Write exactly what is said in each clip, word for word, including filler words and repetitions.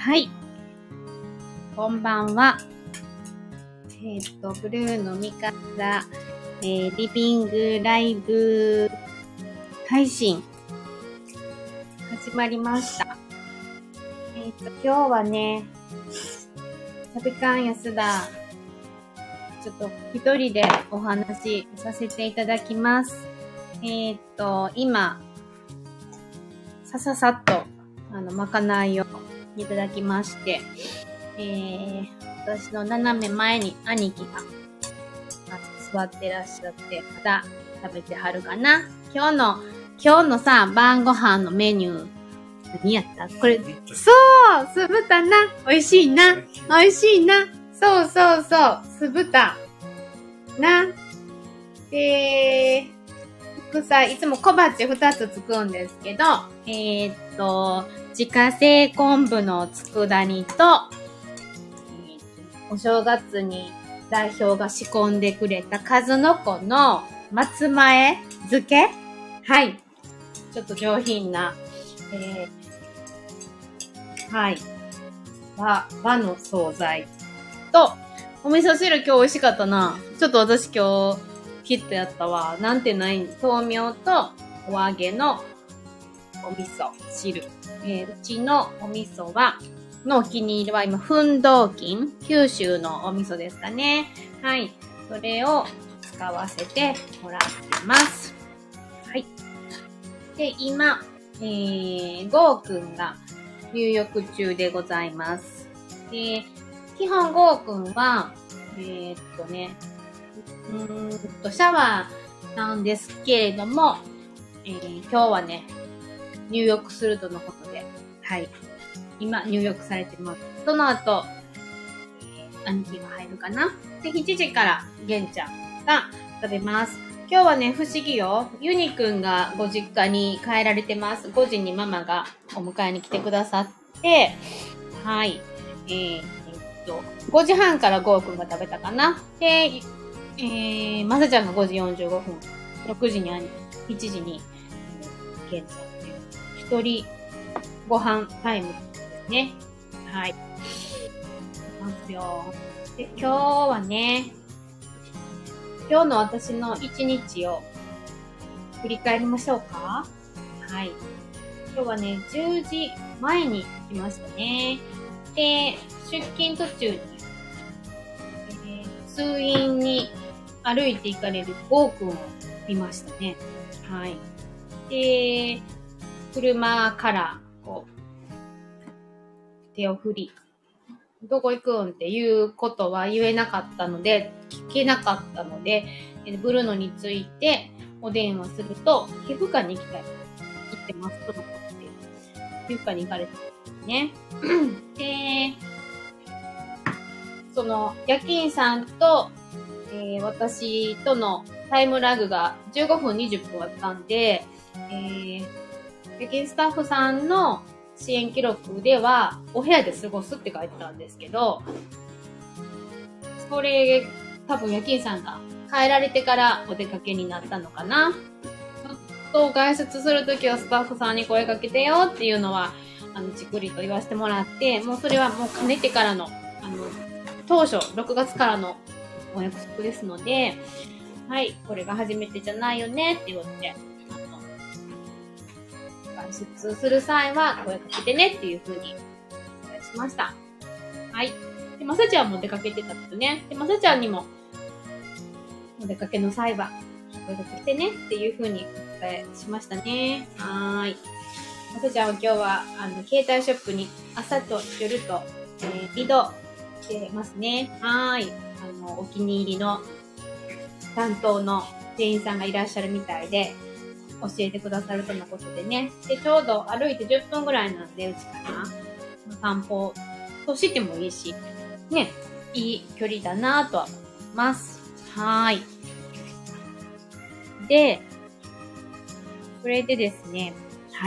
はい。こんばんは。えっと、ブルーのみから、えー、リビングライブ配信、始まりました。えっと、今日はね、サビカン安田、ちょっと一人でお話しさせていただきます。えっと、今、さささっと、あの、まかないをいただきまして、えー、私の斜め前に兄貴が座ってらっしゃって、また食べてはるかな。今日の、今日のさ、晩ご飯のメニュー、何やったこれ、そう、酢豚な。美味しいな。美味しいな。そうそうそう、酢豚。な。で、副菜、いつも小鉢二つ作るんですけど、えー、っと、自家製昆布の佃煮と、えー、お正月に代表が仕込んでくれた数の子の松前漬け、はい。ちょっと上品な、えー、はい。和、和の惣菜と、お味噌汁今日美味しかったな。ちょっと私今日、ヒットやったわ。なんてない豆苗とお揚げのお味噌汁。えー、うちのお味噌は、のお気に入りは今、奮闘金、九州のお味噌ですかね。はい。それを使わせてもらってます。はい。で、今、えー、ゴーくんが入浴中でございます。で、基本ゴーくんは、えー、っとね、うーんと、シャワーなんですけれども、えー、今日はね、入浴するとのことで、はい。今、入浴されてます。その後、えー、兄貴が入るかな。で、しちじから玄ちゃんが食べます。今日はね、不思議よ。ユニくんがご実家に帰られてます。ごじにママがお迎えに来てくださって、はい。えー、えー、っと、ごじはんからゴーくんが食べたかな。で、えー、まさちゃんがごじよんじゅうごふん、ろくじに兄貴、しちじに玄ちゃんっていう、一人ご飯タイムですね。はい。いきますよ。で、今日はね、今日の私の一日を振り返りましょうか。はい。今日はね、じゅうじまえに来ましたね。で、出勤途中に、えー、通院に歩いて行かれるゴーくんを見ましたね。はい。で、車からこう手を振り、どこ行くんっていうことは言えなかったので、聞けなかったので、ブルノについてお電話すると、皮膚科に行きたい。行ってますとのことで、皮膚科に行かれてますね。で、その夜勤さんと、えー、私とのタイムラグがじゅうごふんにじゅっぷんあったんで、えー、夜勤スタッフさんの支援記録ではお部屋で過ごすって書いてたんですけど、それ多分夜勤さんが帰られてからお出かけになったのかな。ちょっと外出するときはスタッフさんに声かけてよっていうのはあのじっくりと言わせてもらって、もうそれはもうかねてからのあの当初ろくがつからのお約束ですので、はい、これが初めてじゃないよねって言って、外出する際は声かけてねっていう風にお伝えしました。はい。で、まさちゃんも出かけてたけどね。で、まさちゃんにもお出かけの際は声かけてねっていう風にお伝えしましたね。はーい。まさちゃんは今日はあの携帯ショップに朝と夜と、えー、移動してますね。はーい。あのお気に入りの担当の店員さんがいらっしゃるみたいで。教えてくださるとのことでね。で、ちょうど歩いてじゅっぷんぐらいなんで、うちから散歩としてもいいし、ね、いい距離だなぁとは思います。はーい。で、それでですね、はい。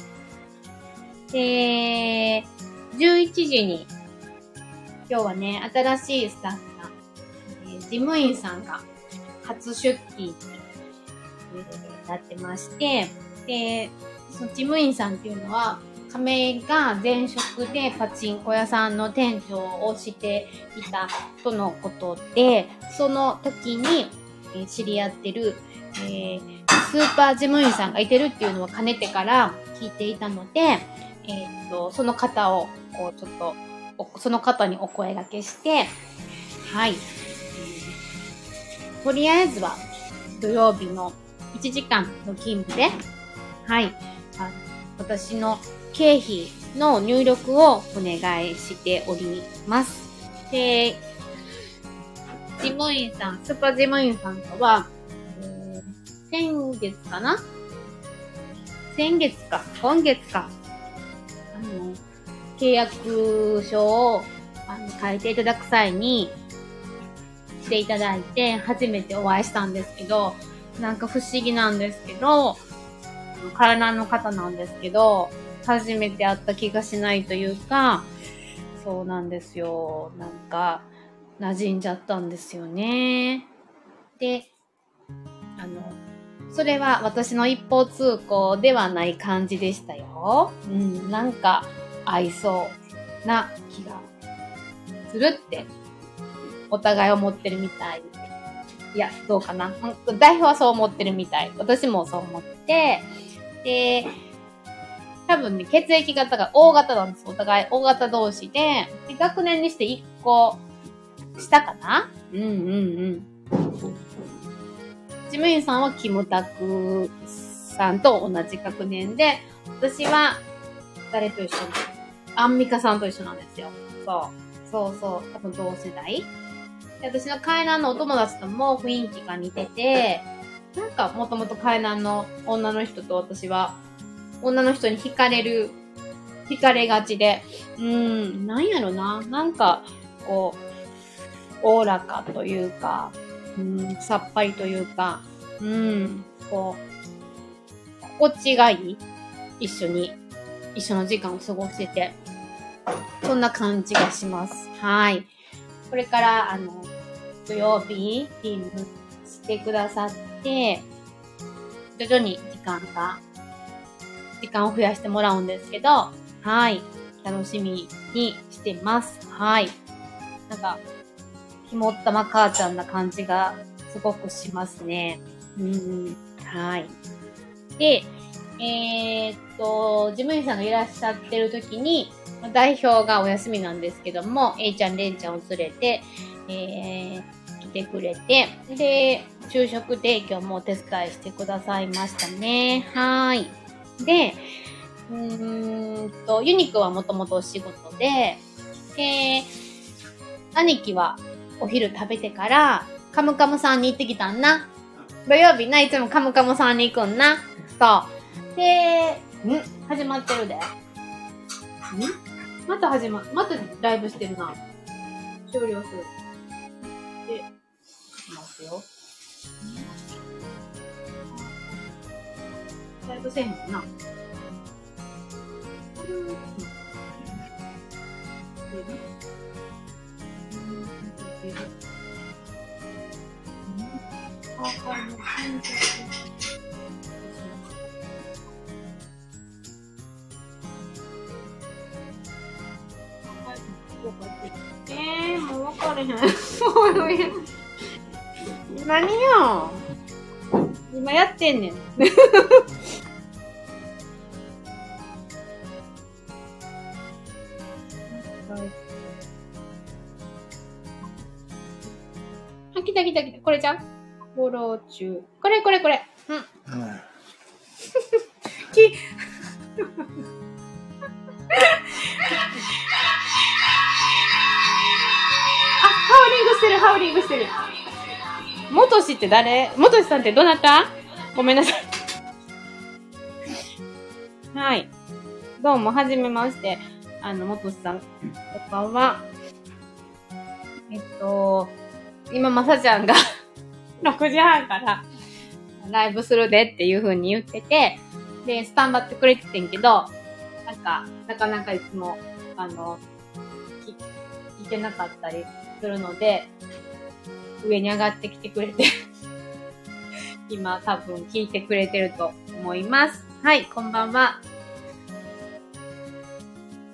で、じゅういちじに、今日はね、新しいスタッフさん、えー、事務員さんが初出勤になってまして、で、その事務員さんっていうのは、 亀が前職でパチンコ屋さんの店長をしていたとのことで、その時に、えー、知り合ってる、えー、スーパー事務員さんがいてるっていうのをかねてから聞いていたので、えー、っとその方をこうちょっとその方にお声掛けして、はい、えー、とりあえずは土曜日のいちじかんの勤務で、はい、あ私の経費の入力をお願いしております。で、事務員さん、スーパー事務員さんとは、えー、先月かな先月か、今月か、あの、契約書をあの書いていただく際にしていただいて、初めてお会いしたんですけど、なんか不思議なんですけど、体の方なんですけど、初めて会った気がしないというか、そうなんですよ。なんか、馴染んじゃったんですよね。で、あの、それは私の一方通行ではない感じでしたよ。うん、なんか合いそうな気がするって、お互い思ってるみたい。いや、どうかな。代表はそう思ってるみたい。私もそう思って、で、多分ね、血液型が O 型なんです。お互い O 型同士で、で学年にしていっこ下かな。うんうんうん。事務員さんはキムタクさんと同じ学年で、私は誰と一緒なの？アンミカさんと一緒なんですよ。そう。そうそう。多分同世代。で、私の海南のお友達とも雰囲気が似てて、なんかもともと海南の女の人と私は、女の人に惹かれる、惹かれがちで、うーん、なんやろな。なんか、こう、おおらかというか、うん、さっぱりというか、うん、こう、心地がいい。一緒に、一緒の時間を過ごしてて、そんな感じがします。はい。これから、あの、土曜日、勤務してくださって、徐々に時間が、時間を増やしてもらうんですけど、はい。楽しみにしてます。はい。なんか、肝っ玉母ちゃんな感じがすごくしますね。うん。はい。で、えー、っと、事務員さんがいらっしゃってる時に、代表がお休みなんですけども、A ちゃん、レンちゃんを連れて、えー、来てくれて、で、昼食提供もお手伝いしてくださいましたね。はーい。で、うーんと、ユニクはもともとお仕事で、で、兄貴はお昼食べてから、カムカムさんに行ってきたんな。土曜日な、いつもカムカムさんに行くんな。そう。で、ん始まってるで。んまた始ま、またライブしてるな。終了する。で、いきますよ。ライブせえへんかな。えー、もう分かれへん。何よ。今やってんねん。あ、来た来た来た。これじゃん。フォロー中。これこれこれ。うん。うん、きあ、ハウリングしてる、ハウリングしてる。もとしって誰？もとしさんってどなた？ごめんなさい。はい。どうも、はじめまして。あの、もとしさん、こんばんは。えっと、今、まさちゃんがろくじはんからライブするでっていう風に言ってて、で、スタンバってくれててんけど、なんか、なかなかいつも、あの、聞いてなかったりするので、上に上がってきてくれて、今多分聞いてくれてると思います。はい、こんばんは。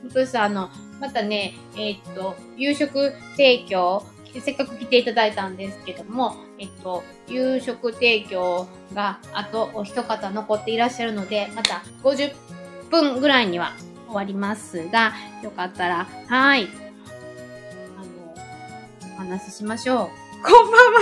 今年さ、あの、またね、えーっと、夕食提供、せっかく来ていただいたんですけども、えっと、夕食提供があとお一方残っていらっしゃるので、またごじゅっぷんぐらいには終わりますが、よかったら、はい。あの、お話ししましょう。こんばんは。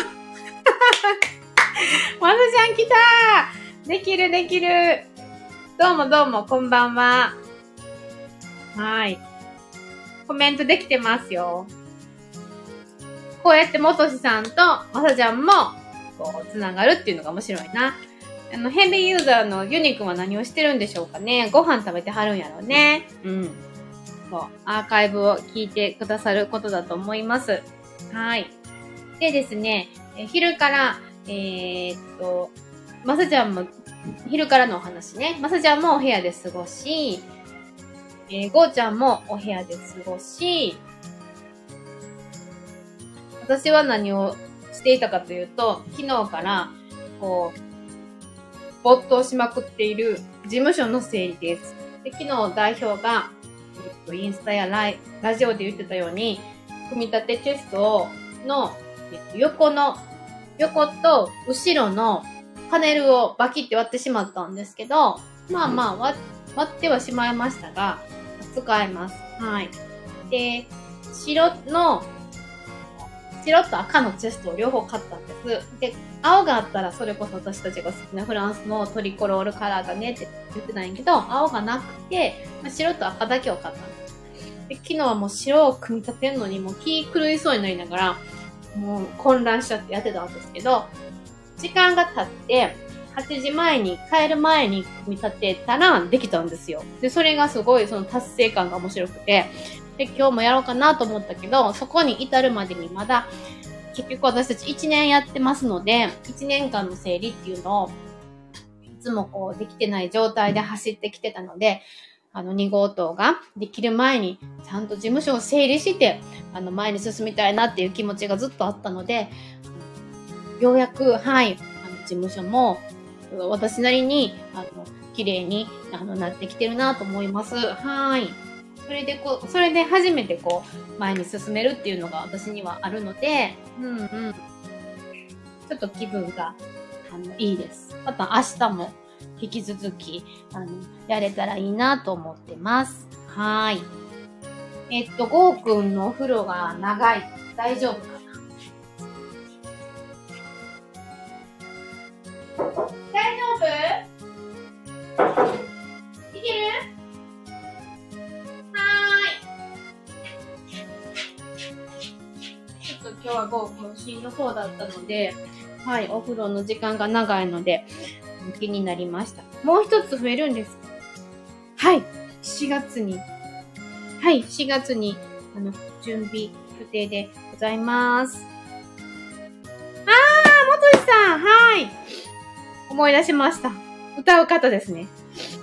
まるちゃん来たー。できるできる。どうもどうも、こんばんは。はい。コメントできてますよ。こうやってもとしさんとまさちゃんも、こう、つながるっていうのが面白いな。あの、ヘビーユーザーのユニくんは何をしてるんでしょうかね。ご飯食べてはるんやろうね。うん。そう。アーカイブを聞いてくださることだと思います。はい。でですね、え昼から、えー、っと、まさちゃんも、昼からのお話ね。まさちゃんもお部屋で過ごし、えー、ごーちゃんもお部屋で過ごし、私は何をしていたかというと、昨日から、こう、没頭しまくっている事務所の整理です。で、昨日代表が、えっと、インスタやライラジオで言ってたように、組み立てチェストの、えっと、横の、横と後ろのパネルをバキって割ってしまったんですけど、まあまあ割、割ってはしまいましたが、使えます。はい。で、白の、白と赤のチェストを両方買ったんです。で、青があったらそれこそ私たちが好きなフランスのトリコロールカラーだねって言ってたんやけど、青がなくて、白と赤だけを買ったんです。で、昨日はもう白を組み立てるのにもう気狂いそうになりながら、もう混乱しちゃってやってたんですけど、時間が経って、はちじまえに、帰る前に組み立てたらできたんですよ。で、それがすごいその達成感が面白くて、で、今日もやろうかなと思ったけど、そこに至るまでにまだ、結局私たちいちねんやってますので、いちねんかんの整理っていうのを、いつもこうできてない状態で走ってきてたので、あのに号棟ができる前に、ちゃんと事務所を整理して、あの前に進みたいなっていう気持ちがずっとあったので、ようやく、はい、あの事務所も、私なりに、あの、綺麗にあのなってきてるなと思います。はい。それでこう、それで初めてこう、前に進めるっていうのが私にはあるので、うんうん。ちょっと気分が、あの、いいです。また明日も引き続き、あの、やれたらいいなと思ってます。はい。えっと、ゴーくんのお風呂が長い。大丈夫かな？大丈夫？いける？今日はゴー渾身の方だったので、はい、お風呂の時間が長いので、気になりました。もう一つ増えるんです。はい、しがつに、はい、しがつに、あの、準備予定でございます。あー、もとしさん、はい。思い出しました。歌う方ですね。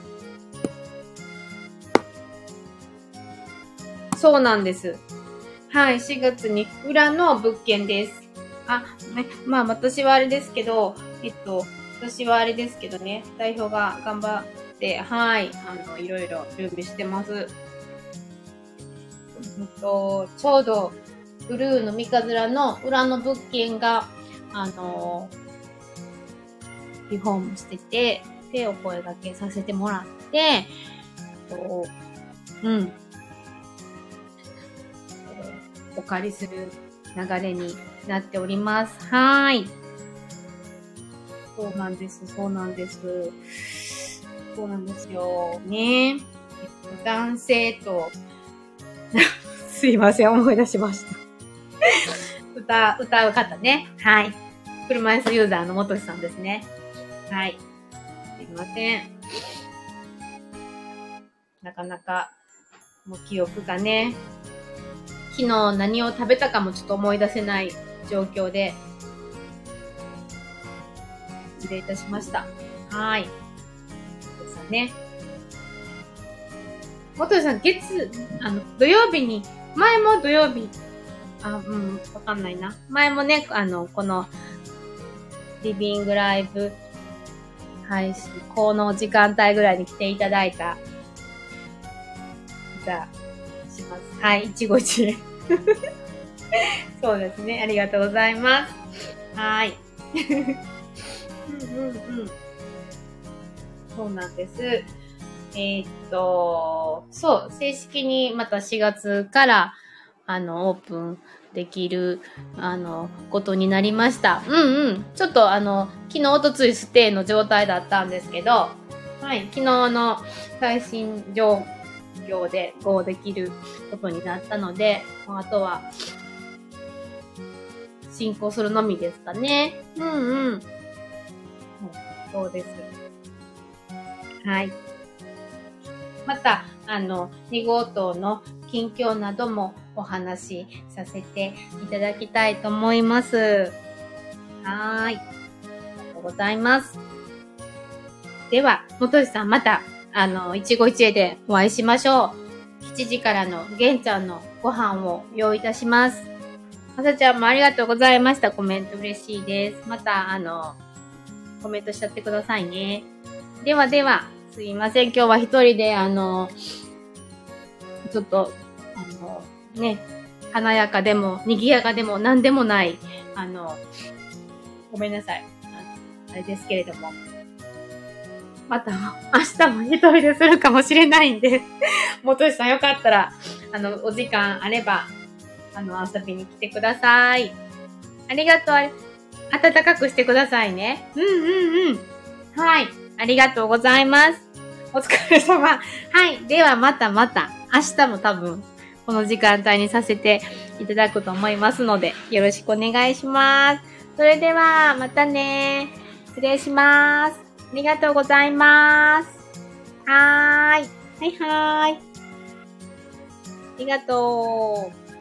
そうなんです。はい、しがつに裏の物件です。あ、ね、まあ私はあれですけど、えっと、私はあれですけどね、代表が頑張って、はい、あの、いろいろ準備してます。えっと、ちょうど、ブルーの三日面の裏の物件が、あの、リフォームしてて、で、お声掛けさせてもらって、えっと、うん。お借りする流れになっております。はーい。そうなんです。そうなんです。そうなんですよ。ね。えっと、男性と、すいません、思い出しました。歌、歌う方ね。はい。車椅子ユーザーの元志さんですね。はい。すいません。なかなか、もう記憶がね、昨日何を食べたかもちょっと思い出せない状況で、失礼いたしました。はい。ですね。元さん、月、あの、土曜日に、前も土曜日、あ、うん、わかんないな。前もね、あの、この、リビングライブ配信、この時間帯ぐらいに来ていただいた、じゃあ、 します。はい、一期一会。そうですね。ありがとうございます。はい。うんうんうん。そうなんです。えー、っと、そう、正式にまたしがつから、あの、オープンできる、あの、ことになりました。うんうん。ちょっとあの、昨日、おとついステイの状態だったんですけど、はい、昨日の最新状況で ゴー できることになったので、あとは、進行するのみですかね。うんうん。そうです。はい。また、あの、に号棟の近況などもお話しさせていただきたいと思います。はーい。ありがとうございます。では、元志さんまた、あの、一期一会でお会いしましょう。しちじからの玄ちゃんのご飯を用意いたします。まさちゃんもありがとうございました。コメント嬉しいです。また、あの、コメントしちゃってくださいね。ではでは、すいません。今日は一人で、あの、ちょっと、あの、ね、華やかでも、賑やかでも、何でもない、あの、ごめんなさい。あれですけれども。また、明日も一人でするかもしれないんで、元志さんよかったら、あの、お時間あれば、あの、遊びに来てください。ありがとう。暖かくしてくださいね。うんうんうん。はい。ありがとうございます。お疲れ様。はい。ではまたまた。明日も多分、この時間帯にさせていただくと思いますので、よろしくお願いします。それでは、またね。失礼します。ありがとうございます。はーい。はいはーい。ありがとう。